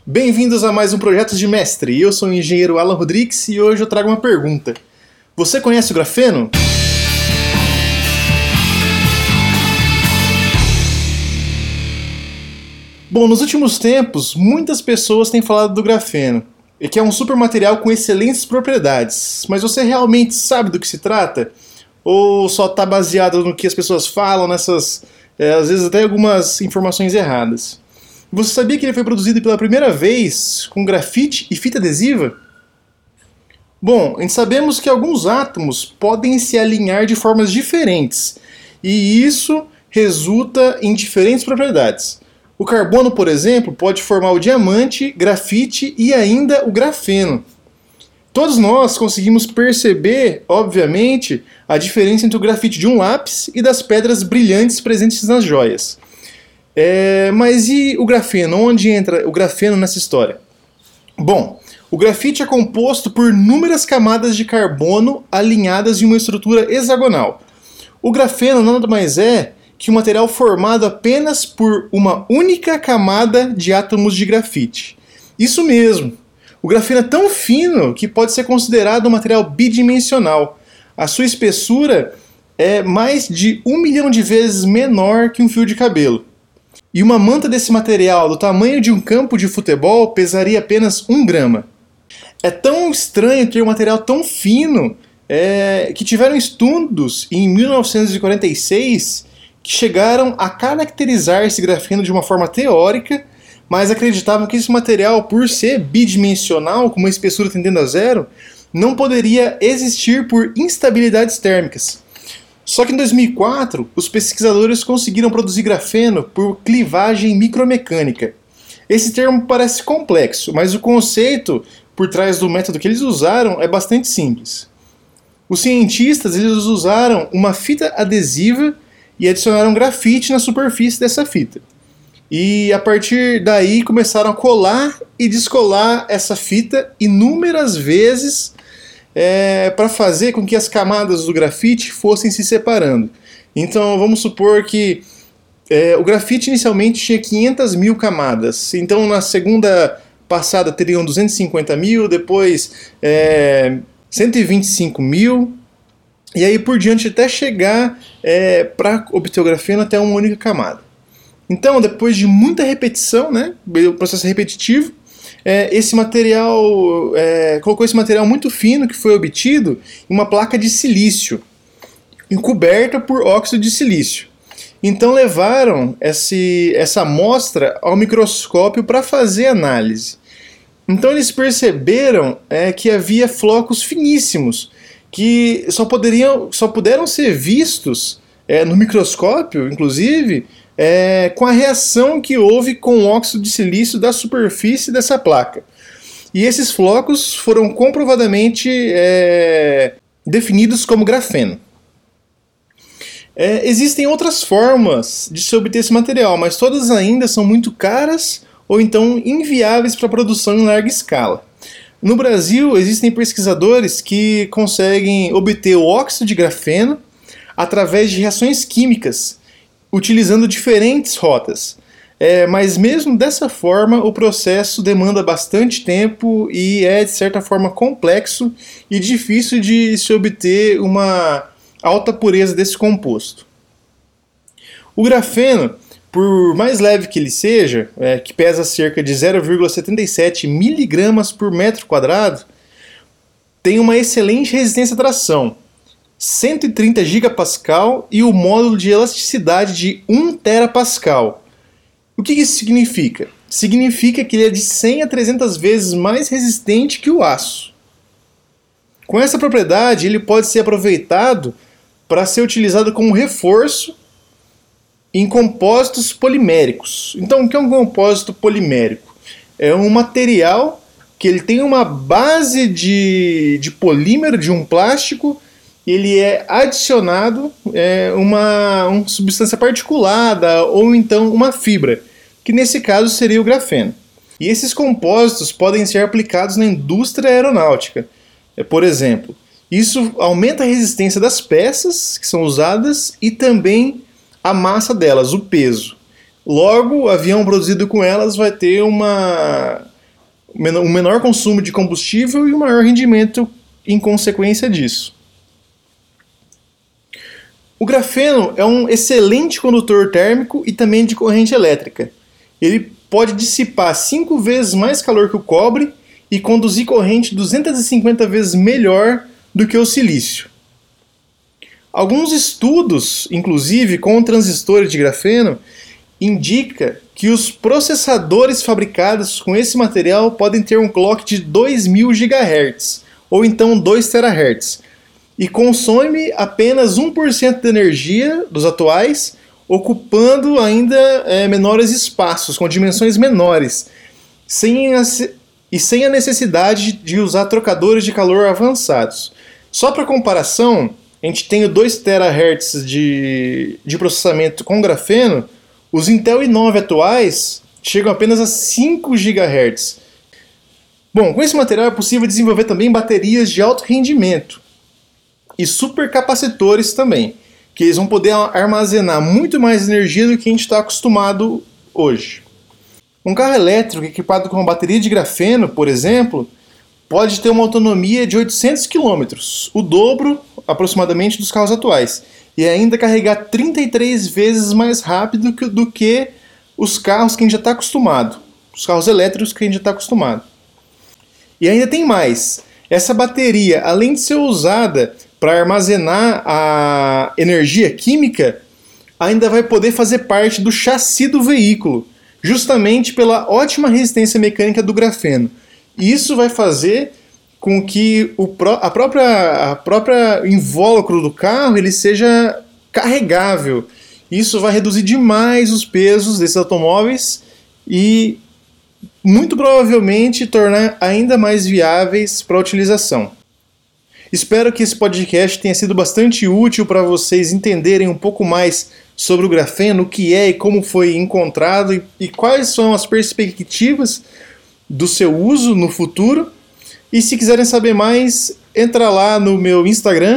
Bem-vindos a mais um Projeto de Mestre. Eu sou o engenheiro Alan Rodrigues e hoje eu trago uma pergunta. Você conhece o grafeno? Bom, nos últimos tempos, muitas pessoas têm falado do grafeno, e que é um super material com excelentes propriedades. Mas você realmente sabe do que se trata? Ou só está baseado no que as pessoas falam, nessas, às vezes até algumas informações erradas? Você sabia que ele foi produzido pela primeira vez com grafite e fita adesiva? Bom, sabemos que alguns átomos podem se alinhar de formas diferentes, e isso resulta em diferentes propriedades. O carbono, por exemplo, pode formar o diamante, grafite e ainda o grafeno. Todos nós conseguimos perceber, obviamente, a diferença entre o grafite de um lápis e das pedras brilhantes presentes nas joias. Mas e o grafeno? Onde entra o grafeno nessa história? Bom, o grafite é composto por inúmeras camadas de carbono alinhadas em uma estrutura hexagonal. O grafeno nada mais é que um material formado apenas por uma única camada de átomos de grafite. Isso mesmo! O grafeno é tão fino que pode ser considerado um material bidimensional. A sua espessura é mais de 1 milhão de vezes menor que um fio de cabelo. E uma manta desse material, do tamanho de um campo de futebol, pesaria apenas 1 grama. É tão estranho ter um material tão fino que tiveram estudos em 1946 que chegaram a caracterizar esse grafeno de uma forma teórica, mas acreditavam que esse material, por ser bidimensional, com uma espessura tendendo a zero, não poderia existir por instabilidades térmicas. Só que em 2004, os pesquisadores conseguiram produzir grafeno por clivagem micromecânica. Esse termo parece complexo, mas o conceito por trás do método que eles usaram é bastante simples. Os cientistas eles usaram uma fita adesiva e adicionaram grafite na superfície dessa fita. E a partir daí começaram a colar e descolar essa fita inúmeras vezes para fazer com que as camadas do grafite fossem se separando. Então vamos supor que o grafite inicialmente tinha 500 mil camadas. Então na segunda passada teriam 250 mil, depois 125 mil, e aí por diante até chegar para obter o grafeno até uma única camada. Então, depois de muita repetição, o processo repetitivo, esse material colocou esse material muito fino que foi obtido em uma placa de silício, encoberta por óxido de silício. Então levaram essa amostra ao microscópio para fazer análise. Então eles perceberam que havia flocos finíssimos que só puderam ser vistos no microscópio, inclusive, com a reação que houve com o óxido de silício da superfície dessa placa. E esses flocos foram comprovadamente definidos como grafeno. Existem outras formas de se obter esse material, mas todas ainda são muito caras ou então inviáveis para produção em larga escala. No Brasil, existem pesquisadores que conseguem obter o óxido de grafeno através de reações químicas, utilizando diferentes rotas. Mas mesmo dessa forma, o processo demanda bastante tempo e é, de certa forma, complexo e difícil de se obter uma alta pureza desse composto. O grafeno, por mais leve que ele seja, que pesa cerca de 0,77 miligramas por metro quadrado, tem uma excelente resistência à tração, 130 gigapascal e o módulo de elasticidade de 1 terapascal. O que isso significa? Significa que ele é de 100 a 300 vezes mais resistente que o aço. Com essa propriedade, ele pode ser aproveitado para ser utilizado como reforço em compósitos poliméricos. Então, o que é um compósito polimérico? É um material que ele tem uma base de polímero de um plástico, e ele é adicionado uma substância particulada ou então uma fibra, que nesse caso seria o grafeno. E esses compósitos podem ser aplicados na indústria aeronáutica. Por exemplo, isso aumenta a resistência das peças que são usadas e também a massa delas, o peso. Logo, o avião produzido com elas vai ter uma um menor consumo de combustível e um maior rendimento em consequência disso. O grafeno é um excelente condutor térmico e também de corrente elétrica. Ele pode dissipar 5 vezes mais calor que o cobre e conduzir corrente 250 vezes melhor do que o silício. Alguns estudos, inclusive com transistores de grafeno, indicam que os processadores fabricados com esse material podem ter um clock de 2000 GHz, ou então 2 THz, e consome apenas 1% da energia dos atuais, ocupando ainda menores espaços, com dimensões menores, sem a necessidade de usar trocadores de calor avançados. Só para comparação, a gente tem o 2 THz de processamento com grafeno, os Intel i9 atuais chegam apenas a 5 GHz. Bom, com esse material é possível desenvolver também baterias de alto rendimento e supercapacitores também, que eles vão poder armazenar muito mais energia do que a gente está acostumado hoje. Um carro elétrico equipado com uma bateria de grafeno, por exemplo, pode ter uma autonomia de 800 km, o dobro aproximadamente dos carros atuais, e ainda carregar 33 vezes mais rápido do que os carros que a gente já está acostumado, os carros elétricos que a gente já está acostumado. E ainda tem mais, essa bateria, além de ser usada para armazenar a energia química, ainda vai poder fazer parte do chassi do veículo, justamente pela ótima resistência mecânica do grafeno. E isso vai fazer com que a própria invólucro do carro ele seja carregável. Isso vai reduzir demais os pesos desses automóveis e muito provavelmente tornar ainda mais viáveis para a utilização. Espero que esse podcast tenha sido bastante útil para vocês entenderem um pouco mais sobre o grafeno, o que é e como foi encontrado e quais são as perspectivas do seu uso no futuro. E se quiserem saber mais, entra lá no meu Instagram,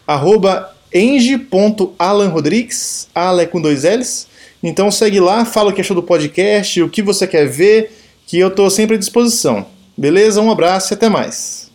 @eng.alanrodrigues, Alan com 2 L's. Então segue lá, fala o que achou do podcast, o que você quer ver, que eu estou sempre à disposição. Beleza? Um abraço e até mais.